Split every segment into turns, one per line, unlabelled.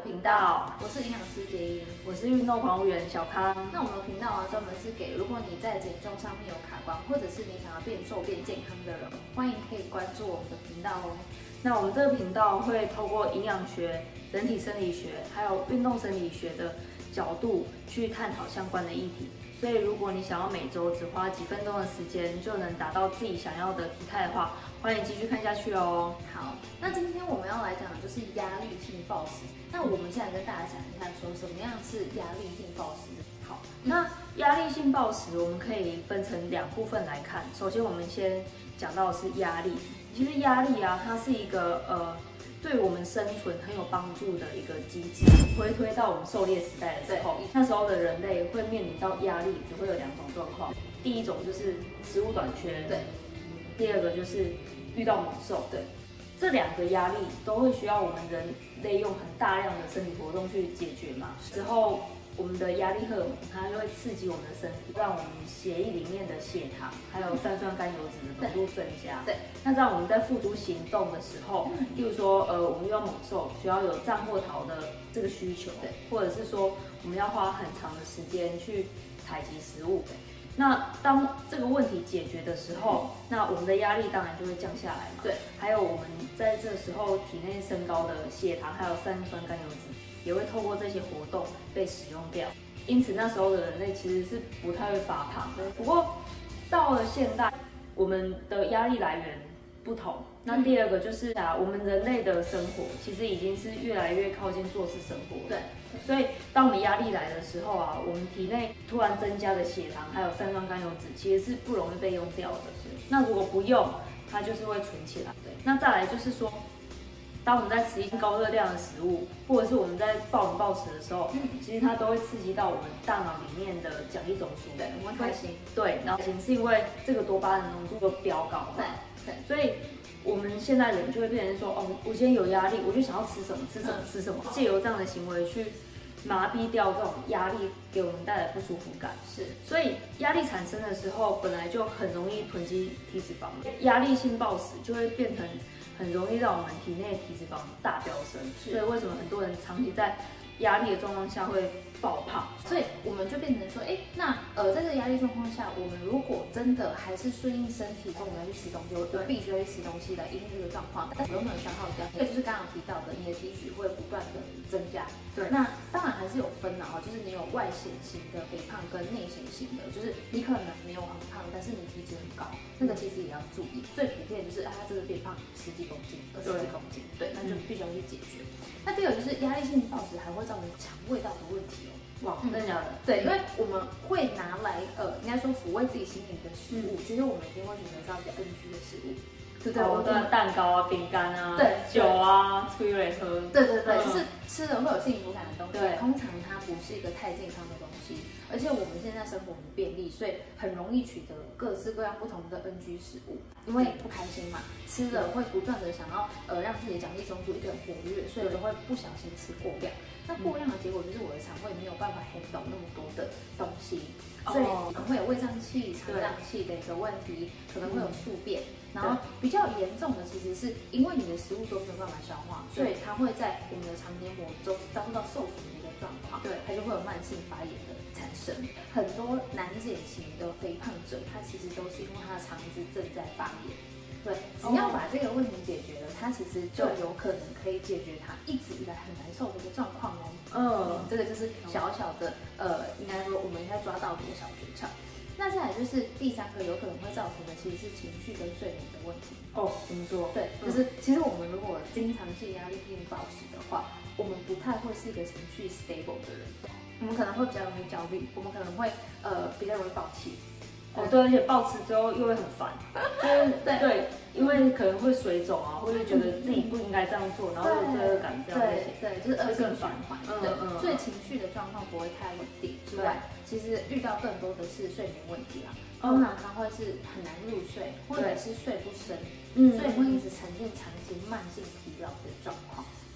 频道，
我是营养师杰英，
我是运动防护员小康。
那我们的频道专门是给如果你在减重上面有卡关，或者是你想要变瘦变健康的人，欢迎可以关注我们的频道哦。
那我们这个频道会透过营养学、人体生理学还有运动生理学的角度去探讨相关的议题。所以，如果你想要每周只花几分钟的时间就能达到自己想要的体态的话，欢迎继续看下去哦。
好，那今天我们要来讲的就是压力性暴食。那我们现在跟大家讲一下，说什么样是压力性暴食。
好，那压力性暴食我们可以分成两部分来看。首先，我们先讲到的是压力。其实压力啊，它是一个对我们生存很有帮助的一个机制。回推到我们狩猎时代的时候，那时候的人类会面临到压力，只会有两种状况。第一种就是食物短缺，
对；
第二个就是遇到猛兽，对。这两个压力都会需要我们人类用很大量的身体活动去解决嘛。之后，我们的压力荷尔蒙它就会刺激我们的身体，让我们血液里面的血糖还有三酸甘油脂的浓度增加。
对，
那这样我们在付诸行动的时候，例如说我们遇到猛兽，需要有战或逃的这个需求，对，或者是说我们要花很长的时间去采集食物。那当这个问题解决的时候，那我们的压力当然就会降下来嘛。
对，
还有我们在这个时候体内升高的血糖还有三酸甘油脂，也会透过这些活动被使用掉。因此那时候的人类其实是不太会发胖的。不过到了现代，我们的压力来源不同。那第二个就是我们人类的生活其实已经是越来越靠近坐式生活了。
对。
所以，当我们压力来的时候啊，我们体内突然增加的血糖还有三酸甘油脂，其实是不容易被用掉的。那如果不用，它就是会存起来。对。那再来就是说，当我们在吃一些高热量的食物，或者是我们在暴饮暴食的时候，其实它都会刺激到我们大脑里面的奖励中枢。
对，我们会开心。
对，然后开心是因为这个多巴胺的浓度就飙高。
对对。
所以我们现在人就会变成说，我今天有压力，我就想要吃什么吃什么吃什么，借由这样的行为去麻痹掉这种压力给我们带来不舒服感。
是，所
以压力产生的时候，本来就很容易囤积体脂肪，压力性暴食就会变成很容易让我们体内体脂肪大飙升。所以为什么很多人长期在压力的状况下会爆胖？
所以我们就变成说，那在这个压力状况下，我们如果真的还是顺应身体，说我们要去吃东西，我必须要去吃东西来应对这个状况，但有没有消耗掉？也就是刚刚提到的，你的体脂会不断的增加。
对，
那当然还是有分的哈，就是你有外显型的肥胖跟内显型的，就是你可能没有很胖，但是你体脂很高，那个其实也要注意。最普遍就是他这个变胖10几公斤、20几公斤，对，那就必须要去解决。那第二个就是压力性暴食还会造成肠胃道的问题哦。
哇，真的假的？
对，因为我们会拿来应该说抚慰自己心灵的食物，其实我们一定会选择到比较 NG 的食物。对对，
我的蛋糕啊、饼干啊、
对
酒啊、吹来喝。
对对对，就是吃了会有幸福感的东西。
对，
通常它不是一个太健康的东西，而且我们现在生活很便利，所以很容易取得各式各样不同的 NG 食物。因为不开心嘛，吃了会不断的想要让自己的奖励中枢一直很活跃，所以都会不小心吃过量。那过量的结果就是我的肠胃没有办法 handle 那么多的东西，所以可能会有胃胀气、肠胀气的一个问题，可能会有宿便。然后比较严重的其实是因为你的食物都没有办法消化，所以它会在我们的肠黏膜遭受到受损的一个状况，对，它就会有慢性发炎的产生。很多难减型的肥胖者，他其实都是因为他的肠子正在发炎。对，只要把这个问题解决了，它其实就有可能可以解决他一直以来很难受的一个状况哦。这个就是小小的应该说我们应该抓到的一个小诀窍。那再来就是第三个有可能会造成的，其实是情绪跟睡眠的问题。
怎么说？
对，就是其实我们如果经常性压力性暴食的话，我们不太会是一个情绪 stable 的人，我们可能会比较容易焦虑，我们可能会比较容易爆气。
对，而且暴吃之后又会很烦，就是对，因为可能会水肿啊，或者觉得自己不应该这样做，然后有罪恶感这样
对，就是恶性循环。对，所以情绪的状况不会太稳定之外，其实遇到更多的是睡眠问题啦。通常他会是很难入睡，或者是睡不深，所以会一直呈现长期慢性疲劳的状况。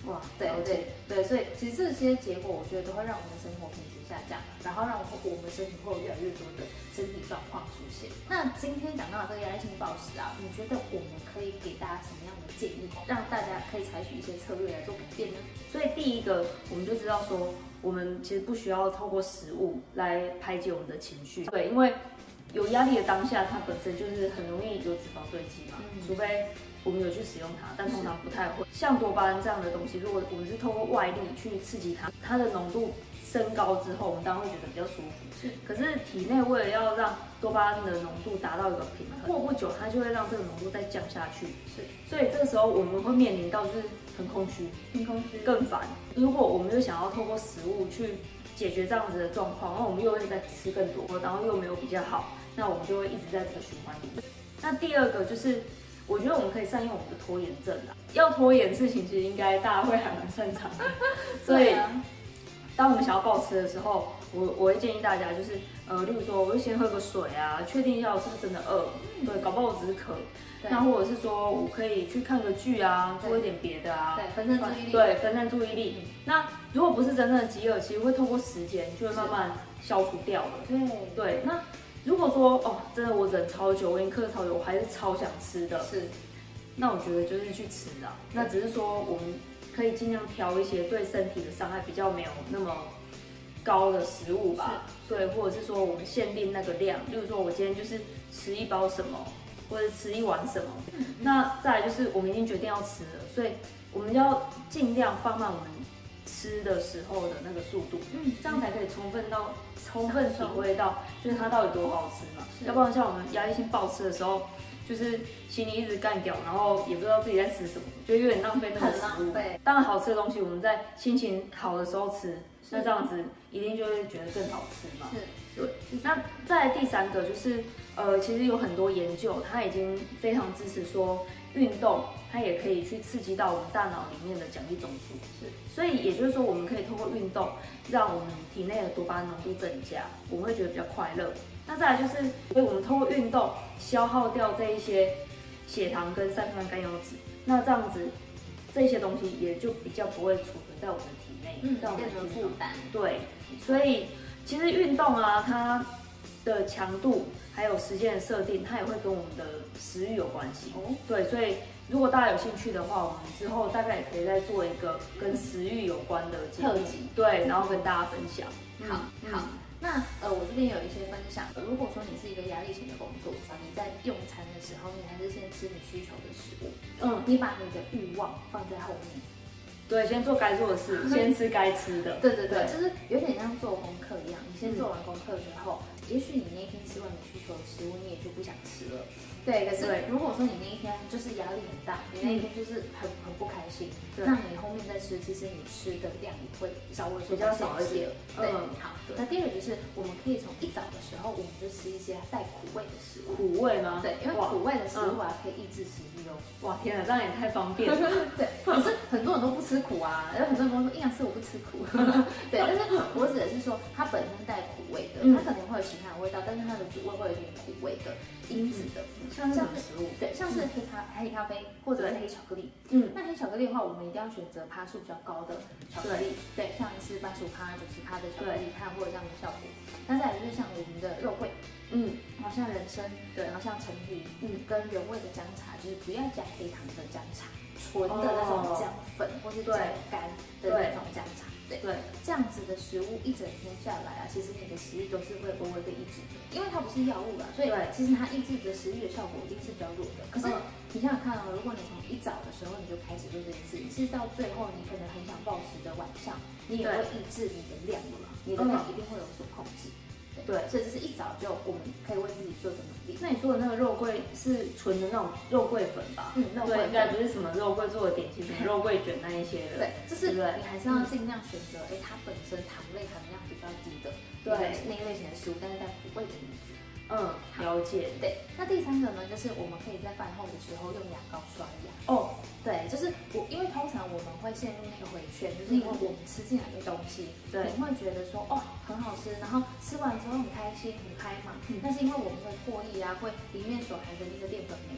哇，对，所以其实这些结果，我觉得都会让我们的生活品质下降，然后让我们身体会有越来越多的身体状况出现。那今天讲到这个压力性暴食啊，你觉得我们可以给大家什么样的建议，让大家可以采取一些策略来做改变呢？
所以第一个，我们就知道说，我们其实不需要透过食物来排解我们的情绪，对，因为有压力的当下，它本身就是很容易有脂肪堆积嘛，除非我们有去使用它，但通常不太会。像多巴胺这样的东西，如果我们是透过外力去刺激它，它的浓度升高之后，我们当然会觉得比较舒服。是，可是体内为了要让多巴胺的浓度达到一个平衡，过不久它就会让这个浓度再降下去。是，所以这个时候我们会面临到就是很空虚，更烦。如果我们又想要透过食物去解决这样子的状况，那我们又会再吃更多，然后又没有比较好，那我们就会一直在这个循环里面。那第二个就是，我觉得我们可以善用我们的拖延症啊。要拖延事情，其实应该大家会还蛮擅长的。所以，当我们想要暴吃的时候，我会建议大家就是，例如说，我就先喝个水啊，确定一下我是不是真的饿。对，搞不好我只是渴。那或者是说我可以去看个剧啊，做一点别的啊，
对，分散注意力。
对，分散注意力。那如果不是真正的饥饿，其实会透过时间就会慢慢消除掉了。对，那如果说真的我忍超久，我已经克超久，我还是超想吃的，是，那我觉得就是去吃啊。那只是说我们可以尽量挑一些对身体的伤害比较没有那么高的食物吧。对，或者是说我们限定那个量，例如说我今天就是吃一包什么，或者吃一碗什么。那再来就是我们已经决定要吃了，所以我们要尽量放慢我们吃的时候的那个速度，这样才可以充分体会到，就是它到底多好吃嘛。要不然像我们压力性暴吃的时候，就是心里一直干掉，然后也不知道自己在吃什么，就有点浪费那个食物。当然好吃的东西我们在心情好的时候吃，那这样子一定就会觉得更好吃嘛。对。那再来第三个就是，其实有很多研究，它已经非常支持说运动。它也可以去刺激到我们大脑里面的奖励中枢，所以也就是说，我们可以通过运动，让我们体内的多巴胺浓度增加，我们会觉得比较快乐。那再来就是，所以我们通过运动消耗掉这一些血糖跟三酸甘油脂，那这样子这些东西也就比较不会储存在我们的体内，让我们的负担。对，所以其实运动啊，它的强度还有时间的设定，它也会跟我们的食欲有关系。对，所以如果大家有兴趣的话，我们之后大概也可以再做一个跟食欲有关的特辑，对，然后跟大家分享。
好。那我这边有一些分享。如果说你是一个压力型的工作者，你在用餐的时候，你还是先吃你需求的食物，你把你的欲望放在后面。
对，先做该做的事，先吃该吃的。
对，就是有点像做功课一样。你先做完功课之后，也许你那天吃完你需求的食物，你也就不想吃了。对，可是如果说你那一天就是压力很大，你那一天就是很不开心，那你后面再吃，其实你吃的量也会稍微比较少一点。对，好。那第二个就是我们可以从一早的时候，我们就吃一些带苦味的食物。
苦味吗？
对，因为苦味的食物啊，可以抑制食欲哦。
哇，天哪，这样也太方便了。
对，可是很多人都不吃苦啊，有很多人跟我说营养师我不吃苦。对，但是我指的是说它本身带苦味的，它可能会有其他的味道，但是它的主味会有一点苦味的，因子的。
像是什么食物？
对，像是黑咖啡或者是黑巧克力。那黑巧克力的话，我们一定要选择趴数比较高的巧克力。对，像是85%、90%的巧克力，它会有这样的效果。那再来就是像我们的肉桂，然后像人参，对，然后像陈皮，跟原味的姜茶，就是不要加黑糖的姜茶，纯的那种姜粉或是姜干的那种姜茶。对，这样子的食物一整天下来啊，其实你的食欲都是会微微被抑制的，因为它不是药物啦，所以其实它抑制的食欲的效果一定是比较弱的。可是你想想看哦，如果你从一早的时候你就开始做这件事，是到最后你可能很想暴食的晚上，你也会抑制你的量了嘛，你的量一定会有所控制。对，所以这是一早就我们可以为自己做的努力。
那你说的那个肉桂是纯的那种肉桂粉吧？对，应该不是什么肉桂做的点心，什么肉桂卷那一些的。
对，就是你还是要尽量选择，它本身糖类含量比较低的，那一类型的食物，但是带苦味的因子。
了解。
对，那第三个呢，就是我们可以在饭后的时候用牙膏刷牙。对，就是因为通常我们会陷入那个回圈，就是因为我们吃进来的东西，你会觉得说很好吃，然后吃完之后很开心很嗨嘛。但是因为我们的唾液啊，会里面所含的那个淀粉酶，它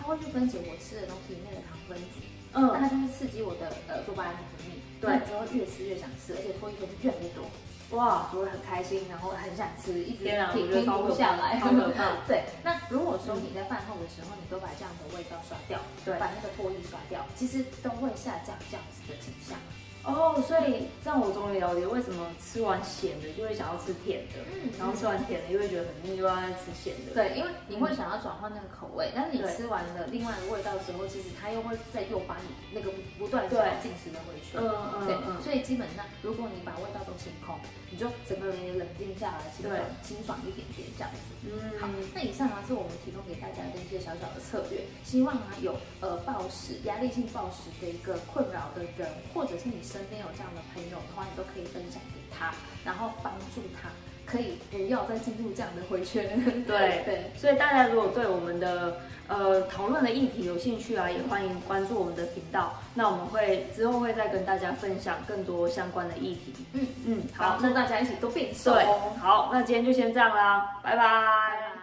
它会去分解我吃的东西里面的糖分子，
嗯，
那它就会刺激我的多巴胺的分泌，
对，
那你就会越吃越想吃，而且唾液分泌越来越多。
哇，
就会很开心，然后很想吃，一直
停
不下来，
好可怕。
对，那如果说你在饭后的时候，你都把这样的味道刷掉，
对，
把那个唾液刷掉，其实都会下降这样子的倾向。
哦，所以这样我终于了解为什么吃完咸的就会想要吃甜的，然后吃完甜的又会觉得很腻，又要再吃咸的。
对，因为你会想要转换那个口味，但是你吃完了另外一个味道之后，其实它又会再诱发你那个不断想要进食的回圈。对，所以基本上如果你把味道都清空，你就整个人也冷静下来，清爽一点点这样子。好，那以上是我们提供给大家的一些小小的策略，希望有暴食、压力性暴食的一个困扰的人，或者是你身边有这样的朋友的话，你都可以分享给他，然后帮助他可以不要再进入这样的回圈。
对，所以大家如果对我们的讨论的议题有兴趣啊，也欢迎关注我们的频道。那我们之后会再跟大家分享更多相关的议题。
好，那大家一起都变瘦。
对，好，那今天就先这样啦，拜拜。